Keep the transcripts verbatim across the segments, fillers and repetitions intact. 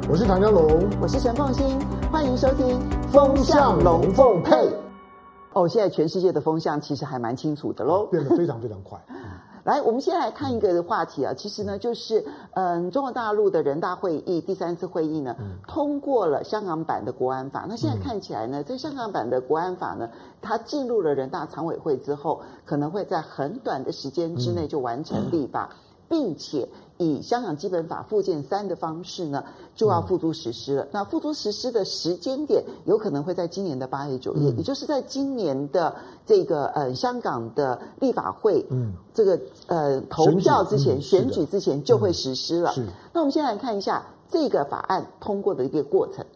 我是唐湘龙， 我是陈凤馨，欢迎收听《风向龙凤配》。哦，现在全世界的风向其实还蛮清楚的喽， 变得非常非常快。 来，我们先来看一个话题啊，其实呢，就是嗯，中国大陆的人大会议第三次会议呢，嗯、通过了香港版的国安法。那现在看起来呢，在香港版的国安法呢，它进入了人大常委会之后，可能会在很短的时间之内就完成立法，嗯、并且以香港基本法附件三的方式呢，就要付诸实施了。嗯、那付诸实施的时间点有可能会在今年的八月九月，嗯、也就是在今年的这个呃香港的立法会，嗯，这个呃投票之前、选举之前就会实施了。嗯、那我们先来看一下这个法案通过的一个过程。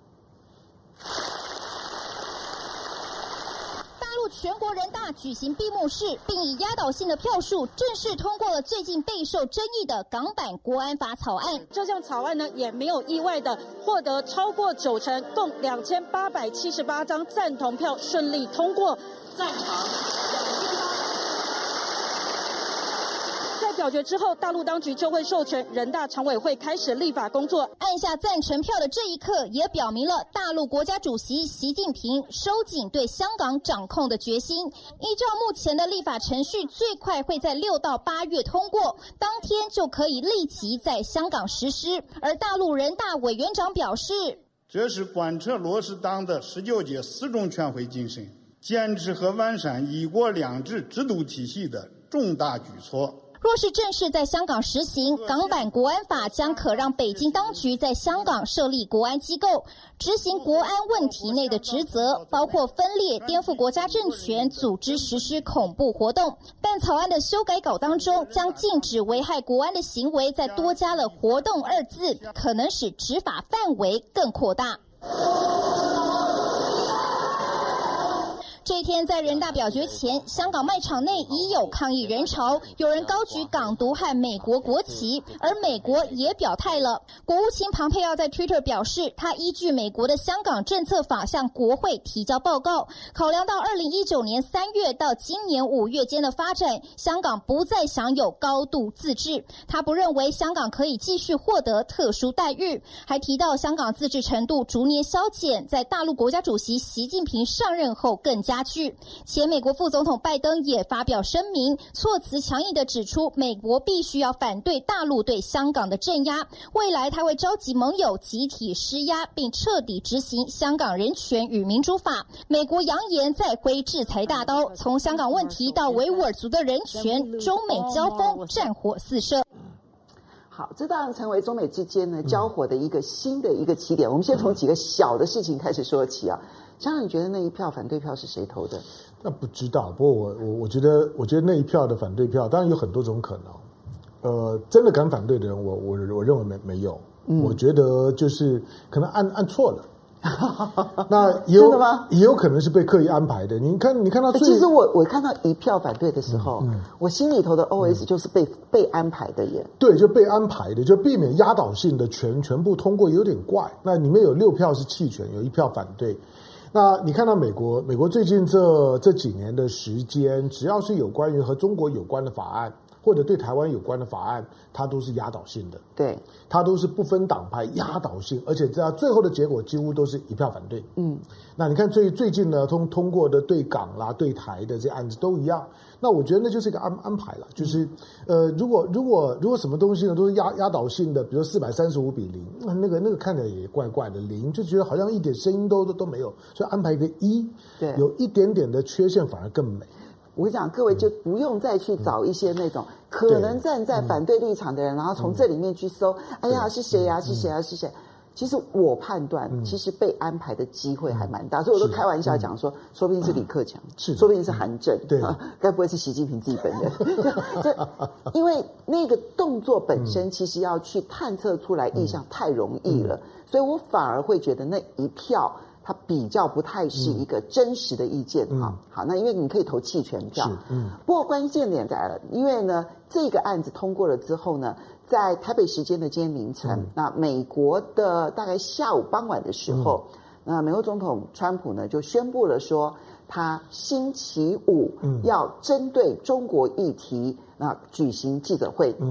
全国人大举行闭幕式，并以压倒性的票数正式通过了最近备受争议的港版国安法草案。 这项草案呢，也没有意外的获得超过九成，共两千八百七十八张赞同票顺利通过。赞成在表决之后，大陆当局就会授权人大常委会开始立法工作。 按下赞成票的这一刻，也表明了大陆国家主席习近平收紧对香港掌控的决心。依照目前的立法程序，最快会在六到八月通过，当天就可以立即在香港实施。而大陆人大委员长表示， 这是贯彻落实党的十九届四中全会精神，坚持和完善一国两制制度体系的重大举措。 若是正式在香港实行，港版国安法将可让北京当局在香港设立国安机构，执行国安问题内的职责，包括分裂、颠覆国家政权、组织实施恐怖活动。但草案的修改稿当中，将禁止危害国安的行为，再多加了活动二字，可能使执法范围更扩大。这一天，在人大表决前，香港卖场内已有抗议人潮，有人高举港独和美国国旗，而美国也表态了。国务卿庞佩奥在 Twitter 表示，他依据美国的香港政策法向国会提交报告，考量到二零一九年三月到今年五月间的发展，香港不再享有高度自治。他不认为香港可以继续获得特殊待遇，还提到香港自治程度逐年消减，在大陆国家主席习近平上任后更加剧。前美国副总统拜登也发表声明，措辞强硬地指出，美国必须要反对大陆对香港的镇压，未来他会召集盟友集体施压，并彻底执行香港人权与民主法。美国扬言再挥制裁大刀，从香港问题到维吾尔族的人权，中美交锋，战火四射。 好，这当然成为中美之间呢交火的一个新的一个起点。我们先从几个小的事情开始说起啊。香港，你觉得那一票反对票是谁投的？ 那不知道，不过我我我觉得，我觉得那一票的反对票，当然有很多种可能。呃，真的敢反对的人，我我我认为没没有。嗯、我觉得就是可能按按错了。那也有真的吗？也有可能是被刻意安排的。你看，你看到最， 其实我我看到一票反对的时候，嗯嗯、我心里头的 O S 就是被、嗯、被安排的耶。 对，就被安排的，就避免压倒性的全全部通过，有点怪。那里面有六票是弃权，有一票反对。那你看到美国，美国最近这这几年的时间，只要是有关于和中国有关的法案，或者对台湾有关的法案，它都是压倒性的。 对， 它都是不分党派，压倒性，而且这最后的结果几乎都是一票反对。嗯，那你看最最近呢，通通过的对港啦、对台的这些案子都一样。那我觉得那就是一个安安排了，就是，呃，如果如果如果什么东西呢都是压压倒性的，比如四百三十五比零，那那个那个看起来也怪怪的，零就觉得好像一点声音都都都没有，所以安排一个一，对，有一点点的缺陷反而更美。 我跟你讲，各位就不用再去找一些那种可能站在反对立场的人，然后从这里面去搜，哎呀是谁呀、啊、是谁啊是谁。其实我判断，其实被安排的机会还蛮大，所以我都开玩笑讲说，说不定是李克强，说不定是韩正，对，该不会是习近平自己本人？这因为那个动作本身，其实要去探测出来意向太容易了，所以我反而会觉得那一票。它比较不太是一个真实的意见哈、嗯，好，那因为你可以投弃权票，嗯，不过关键点来了，因为呢这个案子通过了之后呢，在台北时间的今天凌晨，嗯、那美国的大概下午傍晚的时候，嗯、那美国总统川普呢就宣布了说，他星期五要针对中国议题那举行记者会，嗯。那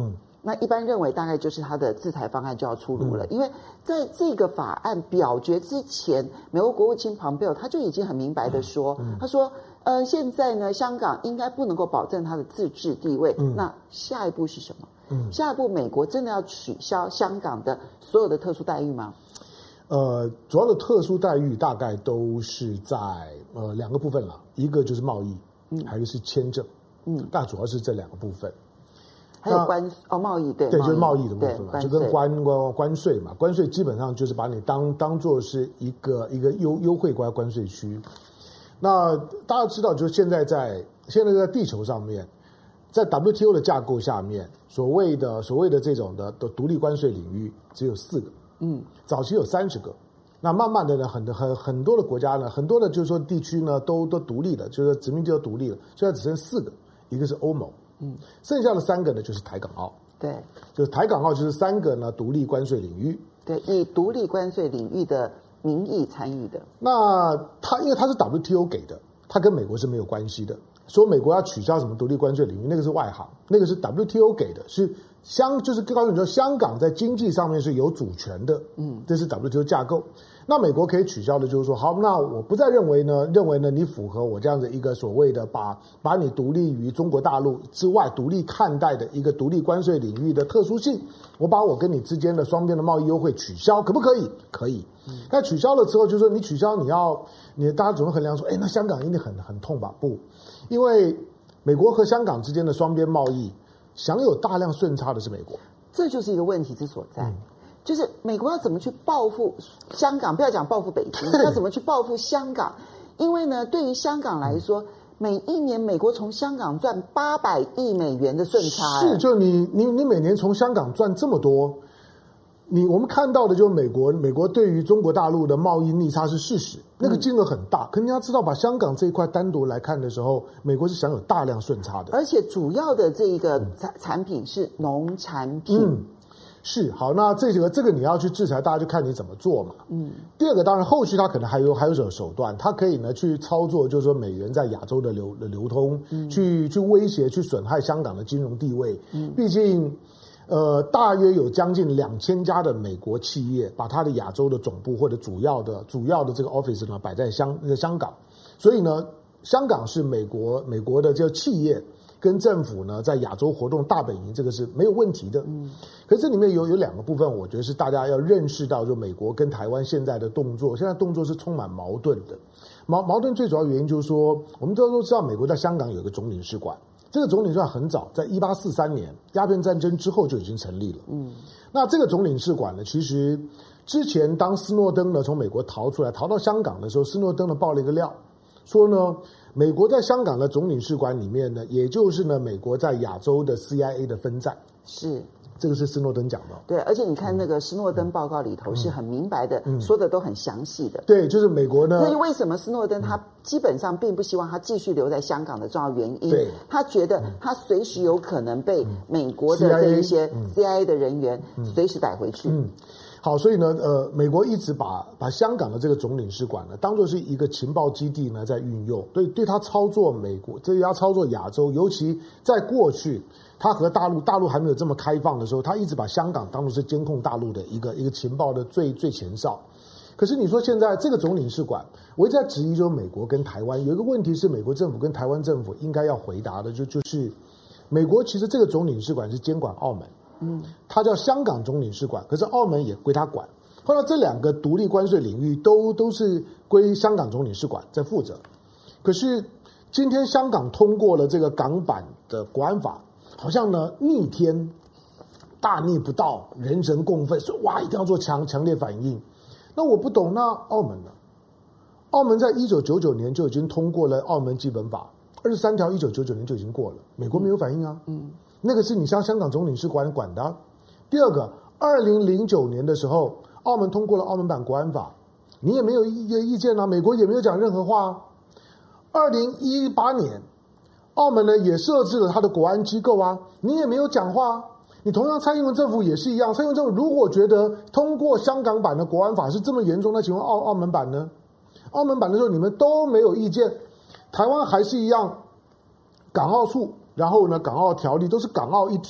那一般认为大概就是他的制裁方案就要出炉了， 嗯、 因为在这个法案表决之前，美国国务卿庞佩奥他就已经很明白的说，嗯、他说，呃，现在呢，香港应该不能够保证它的自治地位，嗯、那下一步是什么？嗯、下一步美国真的要取消香港的所有的特殊待遇吗？ 呃，主要的特殊待遇大概都是在呃两个部分了，一个就是贸易，嗯，还有是签证，嗯，大主要是这两个部分。 还有关哦贸易对对，就是贸易的部分嘛，就跟关关关税嘛，关税基本上就是把你当当做是一个一个优优惠关关税区。那大家知道，就是现在在现在在地球上面，在 W T O 的架构下面，所谓的所谓的这种的的独立关税领域只有四个。嗯，早期有三十个，那慢慢的呢，很很很多的国家呢，很多的就是说地区呢，都都独立了，就是殖民地都独立了，现在只剩四个，一个是欧盟，嗯，剩下的三个呢就是台港澳， 对， 就是台港澳就是三个呢独立关税领域， 对，以独立关税领域的名义参与的。 那它因为它是 W T O 给的，它跟美国是没有关系的。说美国要取消什么独立关税领域，那个是外行，那个是 W T O 给的，是香就是告诉你说，香港在经济上面是有主权的，嗯，这是 W T O 架构。那美国可以取消的，就是说，好，那我不再认为呢，认为呢，你符合我这样的一个所谓的把把你独立于中国大陆之外独立看待的一个独立关税领域的特殊性，我把我跟你之间的双边的贸易优惠取消，可不可以？可以。嗯、那取消了之后，就是说你取消，你要你大家总会衡量说，哎，那香港一定很很痛吧？不。因为美国和香港之间的双边贸易享有大量顺差的是美国， 这就是一个问题之所在。嗯、就是美国要怎么去报复香港？不要讲报复北京，要怎么去报复香港？因为呢，对于香港来说，每一年美国从香港赚八百亿美元的顺差。 是，就你你你每年从香港赚这么多。你我们看到的就是美国，美国对于中国大陆的贸易逆差是事实，那个金额很大。可你要知道，把香港这一块单独来看的时候，美国是享有大量顺差的， 而且主要的这一个产产品是农产品。 嗯，是好。那这个这个你要去制裁，大家就看你怎么做嘛。嗯。第二个，当然后续它可能还有还有什么手段，它可以呢去操作，就是说美元在亚洲的流的流通，嗯、去去威胁、去损害香港的金融地位。嗯，毕竟。呃，大约有将近两千家的美国企业把它的亚洲的总部或者主要的主要的这个 office 呢摆在香那个香港，所以呢，香港是美国美国的这个企业跟政府呢在亚洲活动大本营，这个是没有问题的。嗯，可是这里面有有两个部分，我觉得是大家要认识到，就美国跟台湾现在的动作，现在动作是充满矛盾的。矛矛盾最主要原因就是说，我们都都知道，美国在香港有一个总领事馆。这个总领事馆很早，在一八四三年鸦片战争之后就已经成立了。嗯，那这个总领事馆呢，其实之前当斯诺登呢从美国逃出来，逃到香港的时候，斯诺登呢爆了一个料，说呢，美国在香港的总领事馆里面呢，也就是呢美国在亚洲的 C I A 的分站。是。这个是斯诺登讲的， 对，而且你看那个斯诺登报告里头是很明白的，嗯、说的都很详细的。 对，就是美国呢。 所以为什么斯诺登他基本上并不希望他继续留在香港的重要原因？对，他觉得他随时有可能被美国的这一些 C I A 的人员随时逮回去。嗯。嗯好，所以呢，呃，美国一直把把香港的这个总领事馆呢，当作是一个情报基地呢，在运用，对对他操作美国，这要操作亚洲，尤其在过去，他和大陆大陆还没有这么开放的时候，他一直把香港当作是监控大陆的一个一个情报的最最前哨。可是你说现在这个总领事馆，我一直在质疑，就是美国跟台湾有一个问题是，美国政府跟台湾政府应该要回答的，就就是美国其实这个总领事馆是监管澳门。嗯，它叫香港总领事馆，可是澳门也归它管。后来这两个独立关税领域都都是归香港总领事馆在负责。可是今天香港通过了这个港版的国安法，好像呢逆天，大逆不道，人神共愤，所以哇一定要做强强烈反应。那我不懂，那澳门呢？澳门在一九九九年就已经通过了澳门基本法二十三条，一九九九年就已经过了，美国没有反应啊。嗯。那个是你像香港总领事馆管的。第二个，二零零九年的时候，澳门通过了澳门版国安法，你也没有意意见啊，美国也没有讲任何话啊。二零一八年，澳门呢也设置了它的国安机构啊，你也没有讲话啊。你同样蔡英文政府也是一样，蔡英文政府如果觉得通过香港版的国安法是这么严重，那请问澳澳门版呢？澳门版的时候你们都没有意见，台湾还是一样，港澳处。然后呢，港澳条例都是港澳一体，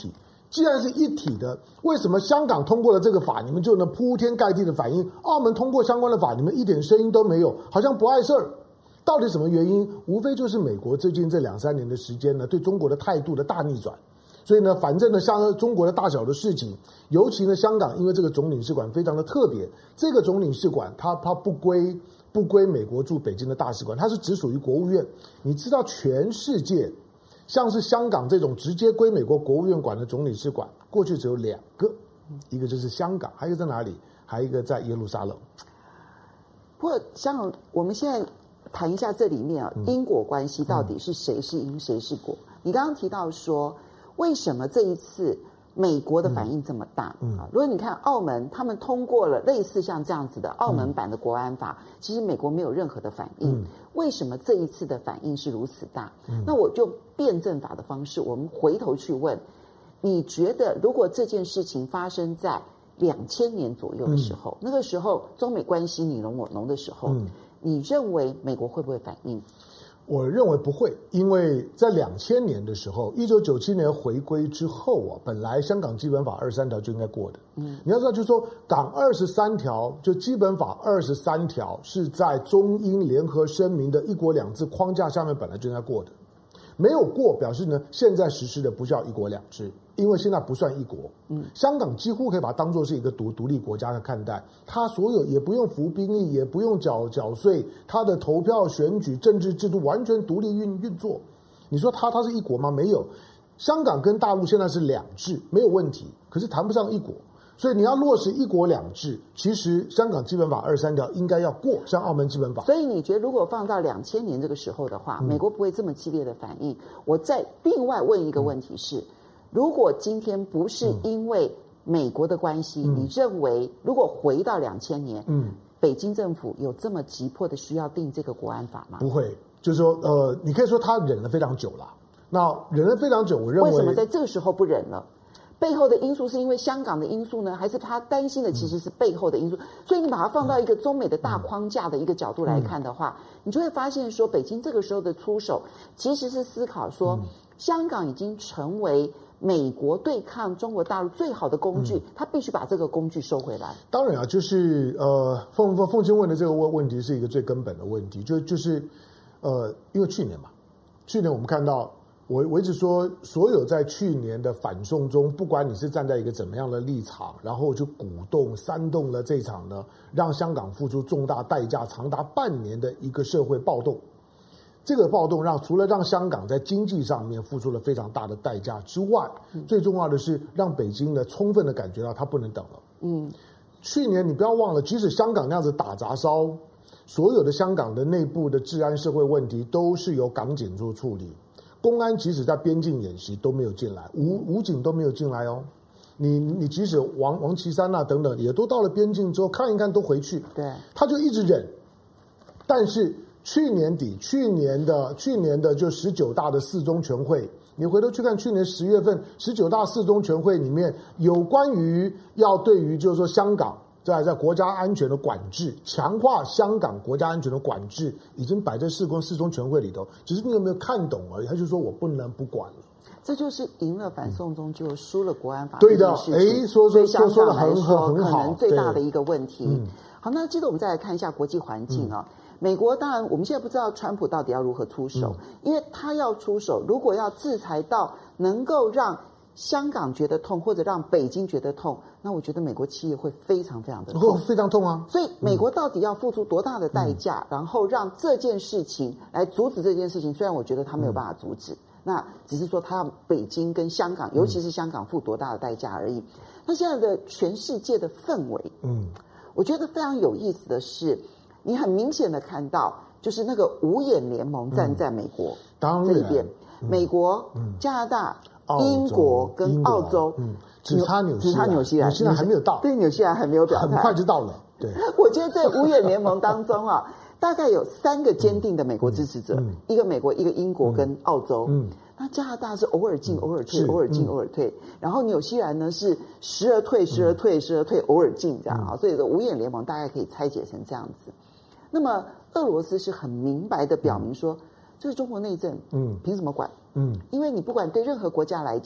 既然是一体的，为什么香港通过了这个法，你们就能铺天盖地的反应？澳门通过相关的法，你们一点声音都没有，好像不碍事儿。到底什么原因？无非就是美国最近这两三年的时间呢，对中国的态度的大逆转。所以呢，反正呢，像中国的大小的事情，尤其呢，香港因为这个总领事馆非常的特别，这个总领事馆它它不归不归美国驻北京的大使馆，它是只属于国务院。你知道，全世界像是香港这种直接归美国国务院管的总领事馆，过去只有两个，一个就是香港，还有一个在哪里？还有一个在耶路撒冷。 不过，香港，我们现在谈一下这里面啊，因果关系到底是谁是因，谁是果？你刚刚提到说，为什么这一次美国的反应这么大？嗯，啊，如果你看澳门，他们通过了类似像这样子的澳门版的国安法，嗯，其实美国没有任何的反应。嗯，为什么这一次的反应是如此大？嗯，那我就辩证法的方式，我们回头去问，你觉得如果这件事情发生在两千年左右的时候，嗯，那个时候中美关系你侬我侬的时候，嗯，你认为美国会不会反应？ 我认为不会，因为在两千年的时候，一九九七年回归之后啊，本来香港基本法二十三条就应该过的。嗯，你要知道，就是说港二十三条，就基本法二十三条是在中英联合声明的一国两制框架下面本来就应该过的，没有过，表示呢现在实施的不叫一国两制。因为现在不算一国，嗯，香港几乎可以把它当作是一个独独立国家来看待，它所有也不用服兵役，也不用缴缴税，它的投票、选举、政治制度完全独立运运作。你说它它是一国吗？没有，香港跟大陆现在是两制，没有问题，可是谈不上一国。所以你要落实一国两制，其实香港基本法二十三条应该要过，像澳门基本法。 所以你觉得如果放到两千年这个时候的话，美国不会这么激烈的反应？我再另外问一个问题是，如果今天不是因为美国的关系，嗯，你认为如果回到两千年，嗯，北京政府有这么急迫的需要定这个国安法吗？ 不会，就是说，呃，你可以说他忍了非常久了。那忍了非常久，我认为为什么在这个时候不忍了？背后的因素是因为香港的因素呢，还是他担心的其实是背后的因素？嗯，所以你把它放到一个中美的大框架的一个角度来看的话，嗯，你就会发现说，北京这个时候的出手其实是思考说，嗯，香港已经成为美国对抗中国大陆最好的工具，他必须把这个工具收回来。 当然啊，就是呃，凤凤凤青问的这个问问题是一个最根本的问题，就就是呃，因为去年嘛，去年我们看到，我我一直说，所有在去年的反送中，不管你是站在一个怎么样的立场，然后就鼓动煽动了这场呢，让香港付出重大代价，长达半年的一个社会暴动。这个暴动让除了让香港在经济上面付出了非常大的代价之外，嗯，最重要的是让北京呢充分的感觉到它不能等了。嗯，去年你不要忘了，即使香港那样子打砸烧，所有的香港的内部的治安社会问题都是由港警做处理，公安即使在边境演习都没有进来，武武警都没有进来哦。你你即使王王岐山啊等等也都到了边境之后看一看都回去， 对， 他就一直忍，但是。去年底，去年的去年的就十九大的四中全会，你回头去看去年十月份十九大四中全会里面有关于要对于就是说香港在在国家安全的管制，强化香港国家安全的管制，已经摆在四中四中全会里头，只是你有没有看懂而已。他就说我不能不管了。 这就是赢了反送中就输了国安法。 对的，哎，说说说说的很好，很好， 可能最大的一个问题。嗯，好，那接着我们再来看一下国际环境啊。嗯，美国当然，我们现在不知道川普到底要如何出手，嗯，因为他要出手，如果要制裁到能够让香港觉得痛，或者让北京觉得痛，那我觉得美国企业会非常非常的痛， 非常痛啊！ 所以美国到底要付出多大的代价，嗯，然后让这件事情来阻止这件事情？虽然我觉得他没有办法阻止，嗯，那只是说他要北京跟香港，尤其是香港付多大的代价而已。那现在的全世界的氛围，嗯，我觉得非常有意思的是。你很明显的看到，就是那个五眼联盟站在美国这一边，嗯，美国、嗯、加拿大、英国跟澳洲， 嗯，只差纽只差纽西兰， 纽西兰还没有到， 对，纽西兰还没有表态， 很快就到了。对， 我觉得在五眼联盟当中啊，大概有三个坚定的美国支持者，嗯、一个美国，一个英国跟澳洲。嗯，那加拿大是偶尔进、偶尔退，偶尔进、偶尔退。然后纽西兰呢是时而退、时而退、时而退，偶尔进这样啊。所以的五眼联盟大概可以拆解成这样子。那么俄罗斯是很明白的表明说，这是中国内政，嗯，凭什么管？嗯，因为你不管对任何国家来讲，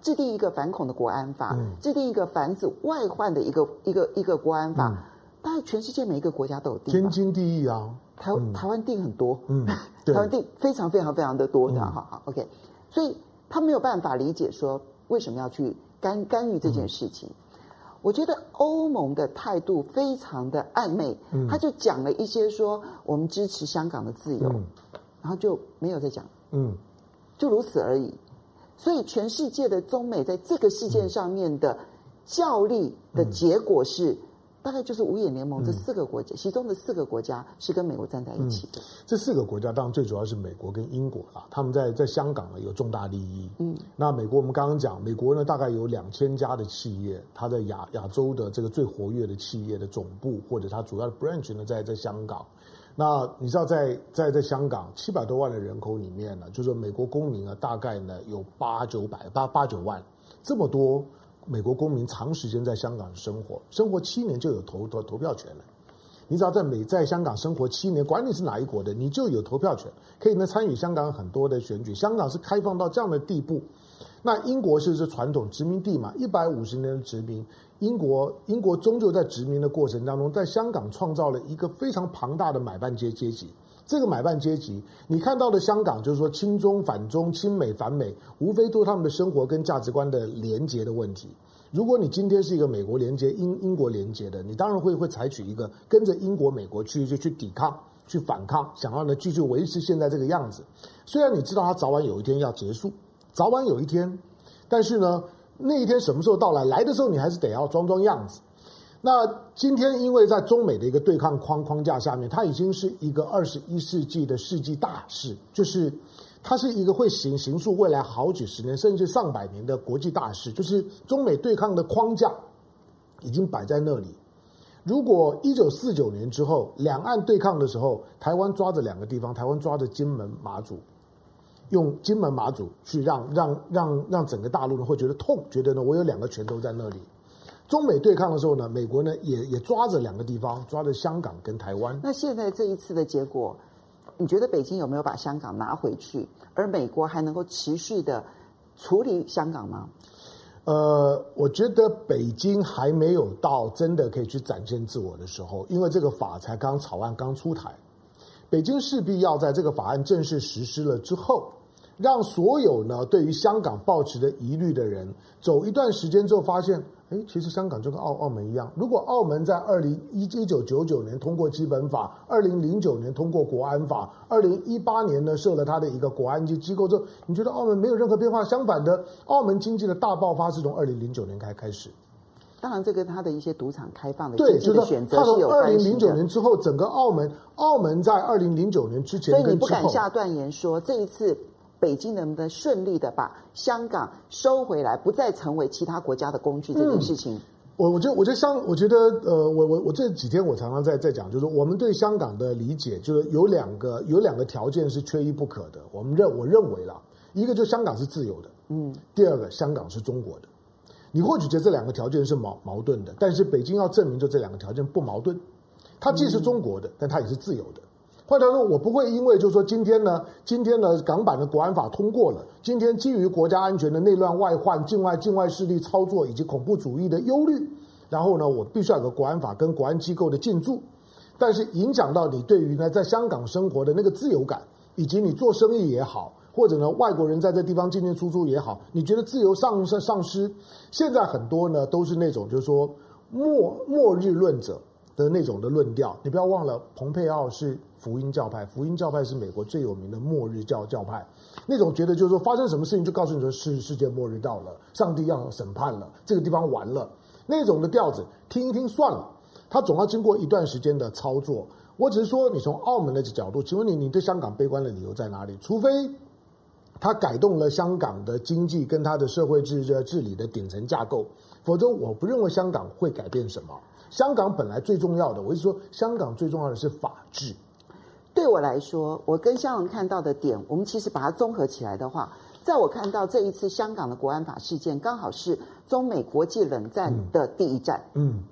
制定一个反恐的国安法， 嗯、 制定一个防止外患的一个一个一个国安法，嗯、大概全世界每一个国家都有定， 天经地义啊。 台、嗯、台湾定很多， 嗯， 台湾定非常非常非常的多的，哈、嗯、OK， 所以他没有办法理解说为什么要去干干预这件事情。嗯、我觉得欧盟的态度非常的暧昧，嗯、他就讲了一些说我们支持香港的自由，嗯、然后就没有再讲，嗯，就如此而已。所以全世界的中美在这个事件上面的较力的结果是。嗯大概就是五眼联盟这四个国家，嗯、其中的四个国家是跟美国站在一起的。嗯、 这四个国家当然最主要是美国跟英国啦，他们在在香港呢有重大利益。嗯，那美国我们刚刚讲，美国呢大概有两千家的企业，它在亚亚洲的这个最活跃的企业的总部或者它主要的 branch 呢在在香港。那你知道在在在香港七百多万的人口里面呢，就是美国公民呢大概呢有八九百八八九万，这么多。美国公民长时间在香港生活，生活七年就有投投投票权了。你只要在美在香港生活七年，管你是哪一国的，你就有投票权，可以呢参与香港很多的选举。香港是开放到这样的地步。那英国是是传统殖民地嘛，一百五十年的殖民，英国英国终究在殖民的过程当中，在香港创造了一个非常庞大的买办阶阶级。这个买办阶级，你看到的香港就是说亲中反中、亲美反美，无非都是他们的生活跟价值观的连结的问题。如果你今天是一个美国连接、英英国连接的，你当然会会采取一个跟着英国、美国去就去抵抗、去反抗，想要呢继续维持现在这个样子。虽然你知道它早晚有一天要结束，早晚有一天，但是呢，那一天什么时候到来？来的时候你还是得要装装样子。那今天因为在中美的一个对抗框框架下面，它已经是一个二十一世纪的世纪大事，就是它是一个会行行述未来好几十年甚至上百年的国际大事，就是中美对抗的框架已经摆在那里。如果一九四九年之后两岸对抗的时候，台湾抓着两个地方，台湾抓着金门、马祖，用金门、马祖去让让让让整个大陆呢会觉得痛，觉得呢我有两个拳头在那里。中美对抗的时候呢，美国呢也也抓着两个地方，抓着香港跟台湾。 那现在这一次的结果，你觉得北京有没有把香港拿回去，而美国还能够持续的处理香港吗？ 呃，我觉得北京还没有到真的可以去展现自我的时候，因为这个法才刚草案刚出台，北京势必要在这个法案正式实施了之后，让所有呢对于香港抱持的疑虑的人，走一段时间之后发现，哎，其实香港就跟澳澳门一样。如果澳门在二零一一九九九年通过基本法，二零零九年通过国安法，二零一八年呢设了它的一个国安机机构之后，你觉得澳门没有任何变化？相反的，澳门经济的大爆发是从二零零九年开开始。 当然，这跟他的一些赌场开放的对， 经济的选择是有二零关系的。 零九年之后，整个澳门，澳门在二零零九年之前跟之后， 所以你不敢下断言说这一次北京能不能顺利的把香港收回来，不再成为其他国家的工具这件事情。嗯我我觉得，我觉得香，我觉得，呃，我我我这几天我常常在在讲，就是我们对香港的理解，就是有两个有两个条件是缺一不可的。我们认我认为啦，一个就是香港是自由的，嗯，第二个香港是中国的。你或许觉得这两个条件是矛矛盾的，但是北京要证明就这两个条件不矛盾，它既是中国的，但它也是自由的。换句话说，我不会因为就是说今天呢，今天呢港版的国安法通过了，今天基于国家安全的内乱外患、境外境外势力操作以及恐怖主义的忧虑，然后呢，我必须要有个国安法跟国安机构的进驻，但是影响到你对于呢在香港生活的那个自由感，以及你做生意也好，或者呢外国人在这地方进进出出也好，你觉得自由丧丧失？现在很多呢都是那种就是说末末日论者的那种的论调。你不要忘了，蓬佩奥是福音教派，福音教派是美国最有名的末日教教派。那种觉得就是说发生什么事情就告诉你说是世界末日到了，上帝要审判了，这个地方完了，那种的调子听一听算了，他总要经过一段时间的操作。我只是说，你从澳门的角度，请问你，你对香港悲观的理由在哪里？除非他改动了香港的经济跟他的社会治治理的顶层架构，否则我不认为香港会改变什么。香港本来最重要的，我是说，香港最重要的是法治。 对我来说，我跟香港看到的点，我们其实把它综合起来的话，在我看到这一次香港的国安法事件，刚好是中美国际冷战的第一战。嗯，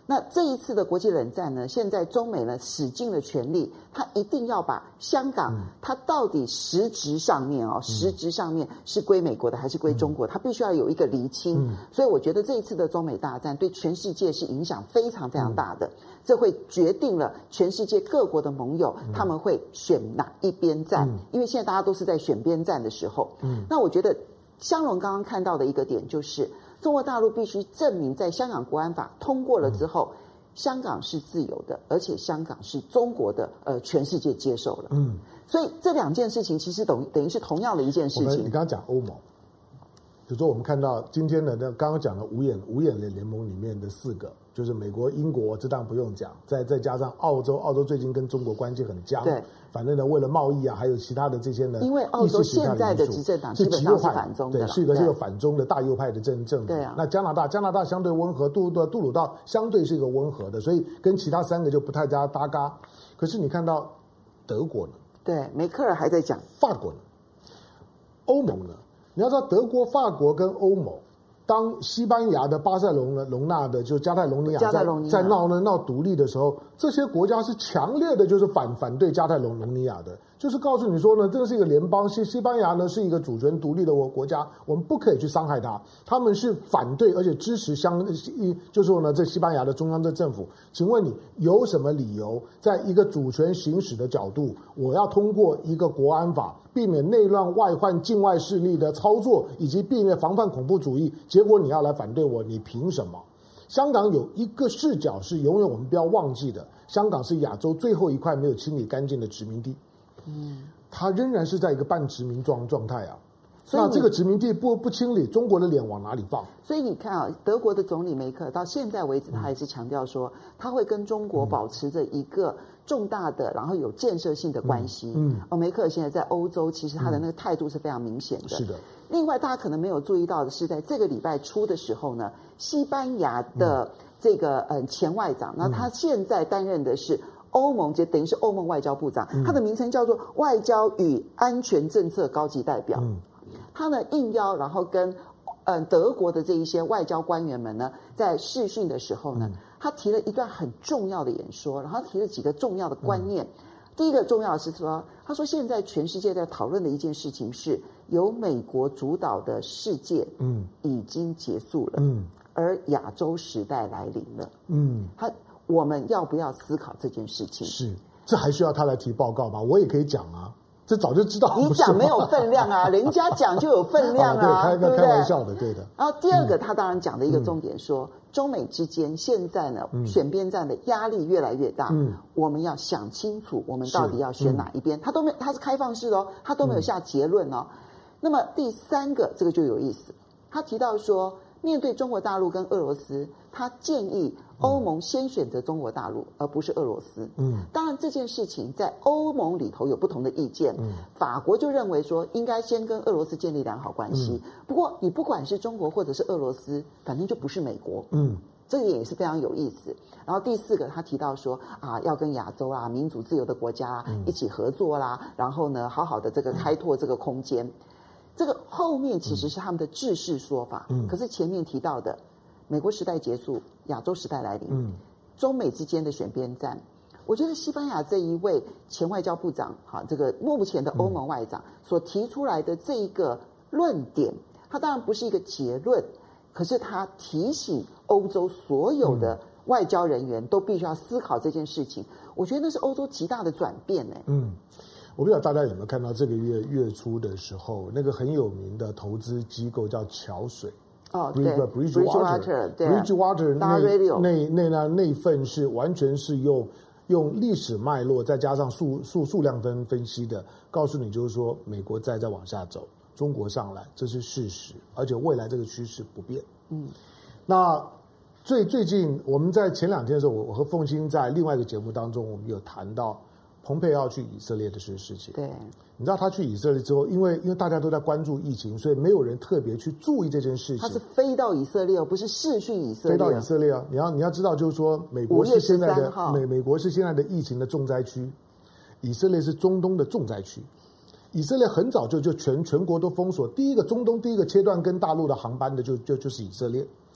那这一次的国际冷战呢，现在中美呢使尽了全力，他一定要把香港，嗯、它到底实质上面哦，嗯、实质上面是归美国的还是归中国，它、嗯、必须要有一个厘清。嗯、所以我觉得这一次的中美大战对全世界是影响非常非常大的，嗯、这会决定了全世界各国的盟友、嗯、他们会选哪一边站，嗯、因为现在大家都是在选边站的时候。嗯、那我觉得香龙刚刚看到的一个点就是。中国大陆必须证明，在香港国安法通过了之后，嗯、香港是自由的，而且香港是中国的，呃，全世界接受了。嗯，所以这两件事情其实等等于是同样的一件事情。 你刚刚讲欧盟，比如说我们看到今天的那刚刚讲的五眼五眼联盟里面的四个，就是美国、英国，这当然不用讲，再再加上澳洲，澳洲最近跟中国关系很僵。对。反正呢，为了贸易啊，还有其他的这些呢， 因为澳洲现在的执政党基本上是反中的， 对，是一个是一个反中的大右派的政政府。 对啊。 那加拿大，加拿大相对温和，杜杜杜鲁道相对是一个温和的，所以跟其他三个就不太加搭嘎。可是你看到德国呢？ 对，梅克尔还在讲。 法国呢？欧盟呢？你要知道，德国、法国跟欧盟。当西班牙的巴塞隆呢隆纳的就加泰隆尼亚在在闹呢闹独立的时候，这些国家是强烈的就是反反对加泰隆隆尼亚的，就是告诉你说呢，这是一个联邦，西西班牙呢是一个主权独立的国家，我们不可以去伤害它。他们是反对而且支持相，就是说呢，这西班牙的中央的政府，请问你有什么理由，在一个主权行使的角度，我要通过一个国安法？避免内乱外患境外势力的操作，以及避免防范恐怖主义，结果你要来反对我，你凭什么？香港有一个视角是永远我们不要忘记的，香港是亚洲最后一块没有清理干净的殖民地，嗯，它仍然是在一个半殖民状状态啊。那这个殖民地不不清理，中国的脸往哪里放？ 所以你看啊，德国的总理梅克到现在为止，他还是强调说，他会跟中国保持着一个重大的，然后有建设性的关系。嗯，而梅克尔现在在欧洲，其实他的那个态度是非常明显的。 是的。 另外，大家可能没有注意到的是，在这个礼拜初的时候呢，西班牙的这个呃前外长，那他现在担任的是欧盟，就等于是欧盟外交部长，他的名称叫做外交与安全政策高级代表。嗯。他呢应邀，然后跟呃德国的这一些外交官员们呢，在视讯的时候呢，他提了一段很重要的演说，然后提了几个重要的观念。嗯、第一个重要的是说，他说现在全世界在讨论的一件事情是，由美国主导的世界，嗯，已经结束了，嗯，而亚洲时代来临了，嗯，他我们要不要思考这件事情？ 是，这还需要他来提报告吗？我也可以讲啊。这早就知道， 你讲没有分量啊，人家讲就有分量啊， 对，开对不对？ 开玩笑的，对的。 然后第二个，他当然讲的一个重点说，嗯、中美之间现在呢、嗯、选边站的压力越来越大，嗯，我们要想清楚，我们到底要选哪一边。嗯、他都没有，他是开放式的哦，他都没有下结论哦。嗯、那么第三个，这个就有意思，他提到说，面对中国大陆跟俄罗斯，他建议欧盟先选择中国大陆，而不是俄罗斯。嗯，当然这件事情在欧盟里头有不同的意见。嗯，法国就认为说应该先跟俄罗斯建立良好关系。嗯、不过你不管是中国或者是俄罗斯，反正就不是美国。嗯，这个也是非常有意思。然后第四个，他提到说啊，要跟亚洲啊民主自由的国家一起合作啦，嗯、然后呢，好好的这个开拓这个空间。嗯、这个后面其实是他们的制式说法。嗯，可是前面提到的。美国时代结束，亚洲时代来临。嗯，中美之间的选边站，我觉得西班牙这一位前外交部长，哈，这个目前的欧盟外长所提出来的这一个论点，他当然不是一个结论，可是他提醒欧洲所有的外交人员都必须要思考这件事情。我觉得那是欧洲极大的转变呢。 嗯，我不知道大家有没有看到这个月月初的时候，那个很有名的投资机构叫桥水。 哦，对 ，Bridgewater， 对 ，Bridgewater 那那那那那份是完全是用用历史脉络再加上数数数量分分析的，告诉你就是说美国再再往下走，中国上来，这是事实，而且未来这个趋势不变。嗯，那最最近我们在前两天的时候，我我和凤清在另外一个节目当中，我们有谈到蓬佩奥去以色列的事事情。 对。 你知道他去以色列之后，因为因为大家都在关注疫情，所以没有人特别去注意这件事情。 他是飞到以色列，不是视讯以色列。 飞到以色列啊！你要你要知道，就是说，美国是现在的美美国是现在的疫情的重灾区，以色列是中东的重灾区。以色列很早就就全全国都封锁，第一个中东第一个切断跟大陆的航班的就就就是以色列。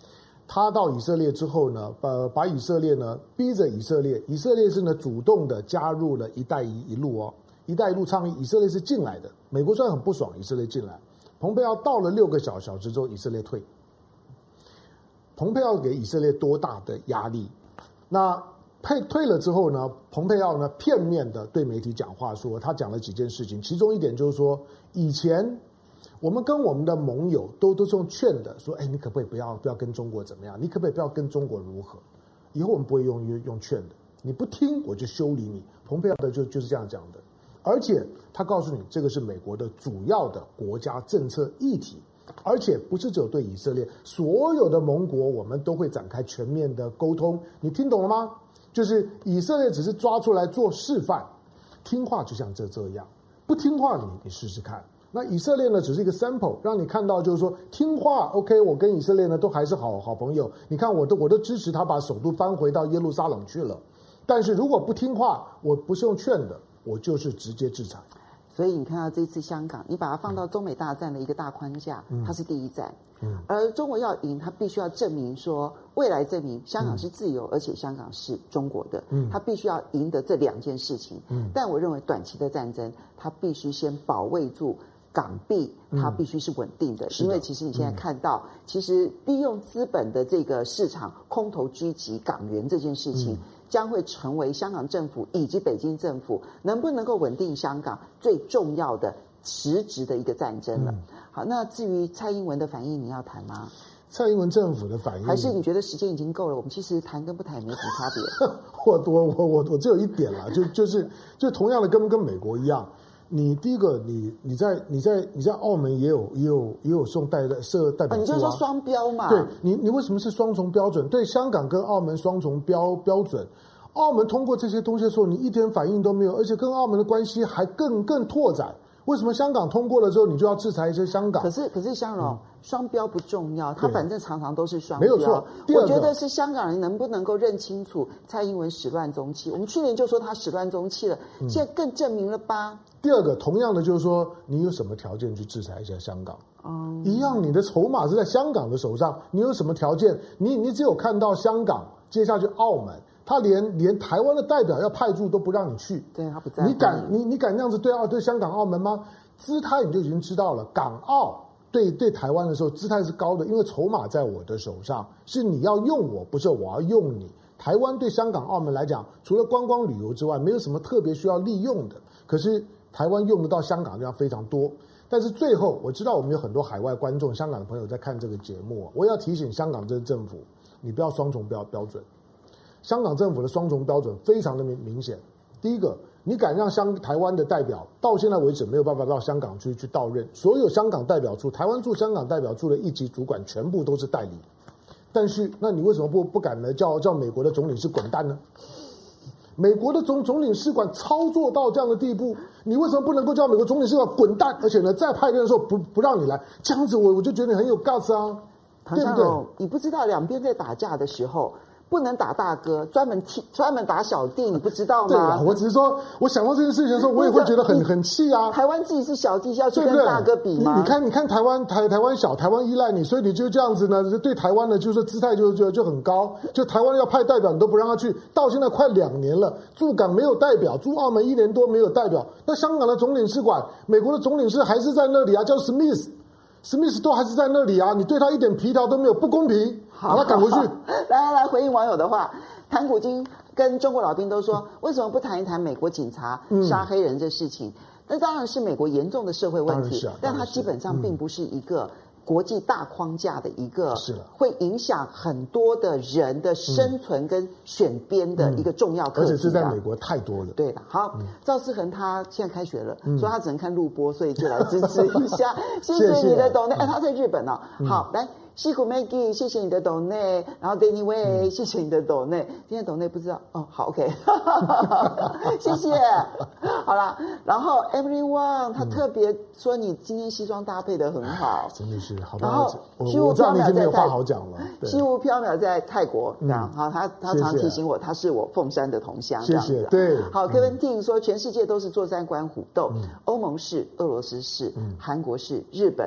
他到以色列之后呢，呃，把以色列呢逼着以色列，以色列是呢主动的加入了一带一路哦，一带一路倡议，以色列是进来的。美国虽然很不爽，以色列进来，蓬佩奥到了六个小小时之后，以色列退。蓬佩奥给以色列多大的压力？那退退了之后呢，蓬佩奥呢片面的对媒体讲话说，他讲了几件事情，其中一点就是说，以前我们跟我们的盟友都都是用劝的，说，哎，你可不可以不要不要跟中国怎么样？你可不可以不要跟中国如何？以后我们不会用用劝的，你不听我就修理你。蓬佩奥的就就是这样讲的，而且他告诉你，这个是美国的主要的国家政策议题，而且不是只有对以色列，所有的盟国我们都会展开全面的沟通。你听懂了吗？就是以色列只是抓出来做示范，听话就像这这样，不听话你你试试看。那以色列呢，只是一个 sample， 让你看到就是说听话 ，OK， 我跟以色列呢都还是好好朋友。你看我都我都支持他把首都搬回到耶路撒冷去了。但是如果不听话，我不是用劝的，我就是直接制裁。 所以你看到这次香港，你把它放到中美大战的一个大框架， 嗯、 它是第一战。 嗯， 而中国要赢，它必须要证明说，未来证明香港是自由，嗯、而且香港是中国的。嗯，它必须要赢得这两件事情。嗯，但我认为短期的战争，它必须先保卫住港币，它必须是稳定的。嗯、因为其实你现在看到，嗯、其实利用资本的这个市场空头狙击港元这件事情。嗯，将会成为香港政府以及北京政府能不能够稳定香港最重要的实质的一个战争了。嗯、好，那至于蔡英文的反应，你要谈吗？ 蔡英文政府的反应， 还是你觉得时间已经够了？我们其实谈跟不谈也没什么差别。 我我我我我只有一点啦，就就是就同样的跟跟美国一样。你第一个，你你在你在你在澳门也有也有也有送代设代表处啊， 你就说双标嘛？ 对，你你为什么是双重标准？对，香港跟澳门双重标标准，澳门通过这些东西的时候，你一点反应都没有，而且跟澳门的关系还更更拓展。为什么香港通过了之后，你就要制裁一些香港？ 可是可是香港、嗯、双标不重要，它反正常常都是双标。 没有错。 我觉得是香港人能不能够认清楚蔡英文始乱终弃？我们去年就说他始乱终弃了，嗯、现在更证明了吧？ 第二个，同样的就是说，你有什么条件去制裁一下香港？嗯，一样，你的筹码是在香港的手上，你有什么条件？你你只有看到香港，接下去澳门。他连连台湾的代表要派驻都不让你去， 对他不在乎。 你敢你你敢那样子对澳对香港澳门吗？姿态你就已经知道了。港澳对对台湾的时候，姿态是高的，因为筹码在我的手上，是你要用我，不是我要用你。台湾对香港澳门来讲，除了观光旅游之外，没有什么特别需要利用的。可是台湾用得到香港的地方非常多。但是最后，我知道我们有很多海外观众、香港的朋友在看这个节目，我要提醒香港这个政府，你不要双重标标准。香港政府的双重标准非常的明明显。第一个，你敢让香台湾的代表到现在为止没有办法到香港去去到任，所有香港代表处、台湾驻香港代表处的一级主管全部都是代理。但是，那你为什么不不敢呢？叫叫美国的总领事滚蛋呢？美国的总总领事馆操作到这样的地步，你为什么不能够叫美国总领事馆滚蛋？而且呢，再派人的时候不不让你来，这样子我我就觉得你很有 guts 啊，对不对？ 你不知道两边在打架的时候。不能打大哥，专门踢，专门打小弟，你不知道吗？ 对啦，我只是说，我想到这件事情的时候，我也会觉得很很气啊。 台湾自己是小弟，要去跟大哥比吗？ 你你看，你看台湾台台湾小，台湾依赖你，所以你就这样子呢，对台湾呢，就是姿态就就就很高。就台湾要派代表，你都不让他去，到现在快两年了，驻港没有代表，驻澳门一年多没有代表。那香港的总领事馆，美国的总领事还是在那里啊，叫 Smith。史密斯都还是在那里啊！你对他一点皮条都没有，不公平，把他赶回去。 来来来，回应网友的话，谈古今跟中国老兵都说，为什么不谈一谈美国警察杀黑人这事情？嗯、那当然是美国严重的社会问题，啊、但它基本上并不是一个国际大框架的一个，会影响很多的人的生存跟选边的一个重要课题、啊嗯。而且这在美国太多了。 对的，好，嗯、赵思恒他现在开学了，嗯、说他只能看录播，所以就来支持一下，谢谢你的抖内。哎，他在日本哦，嗯、好来。西谷 Maggie， 谢谢你的抖内，然后 Danny Way，、嗯、谢谢你的抖内，今天抖内不知道哦，好 OK， 谢谢，好啦，然后 Emily Wang 他特别说你今天西装搭配的很好， 真的是好， 然后虚无缥缈在泰国， 虚无缥缈在泰国这样，好，他他常提醒我他是我凤山的同乡， 谢谢，对， 好 ，Kevin Ting 说全世界都是作战官虎斗，欧盟是，俄罗斯是，韩国是，日本。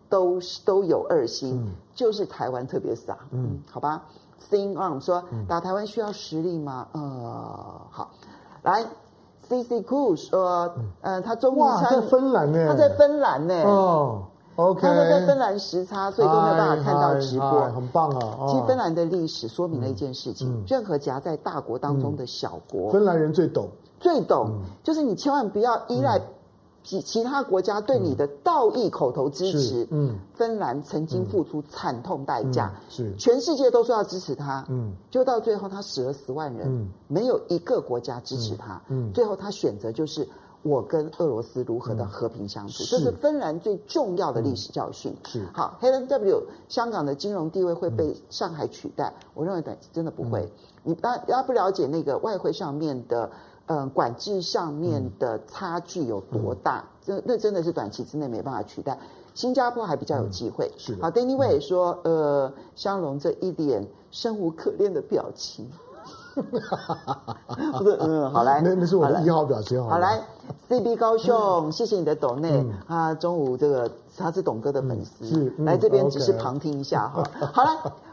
都都有二心，嗯、就是台湾特别傻，嗯，好吧。Sing on 说打台湾需要实力吗？呃，好，来 ，C C Cool 说，呃，他终于哇，在芬兰呢， 他在芬兰呢， 哦 ，OK， 他在芬兰时差，所以都没有办法看到直播， 很棒啊。 其实芬兰的历史说明了一件事情： 嗯、 任何夹在大国当中的小国， 芬兰人最懂， 最懂，嗯、就是你千万不要依赖。其其他国家对你的道义口头支持，嗯，芬兰曾经付出惨痛代价， 嗯、是全世界都说要支持他， 嗯， 就到最后他死了十万人，嗯，没有一个国家支持他，嗯，最后他选择就是我跟俄罗斯如何的和平相处，嗯、这是芬兰最重要的历史教训。 是好 ，Helen W， 香港的金融地位会被上海取代？嗯、我认为真的不会。嗯、你大家不了解那个外汇上面的。嗯，管制上面的差距有多大？这、嗯、那真的是短期之内没办法取代。新加坡还比较有机会。 嗯、是好 ，Danny Wei 也说，呃，香龙这一脸生无可恋的表情。不是，嗯，好来， 那那是我的一号表情。 好来 ，C B 高雄，谢谢你的抖内。嗯、他中午这个他是董哥的粉丝， 是、嗯、 来这边只是旁听一下哈。好来。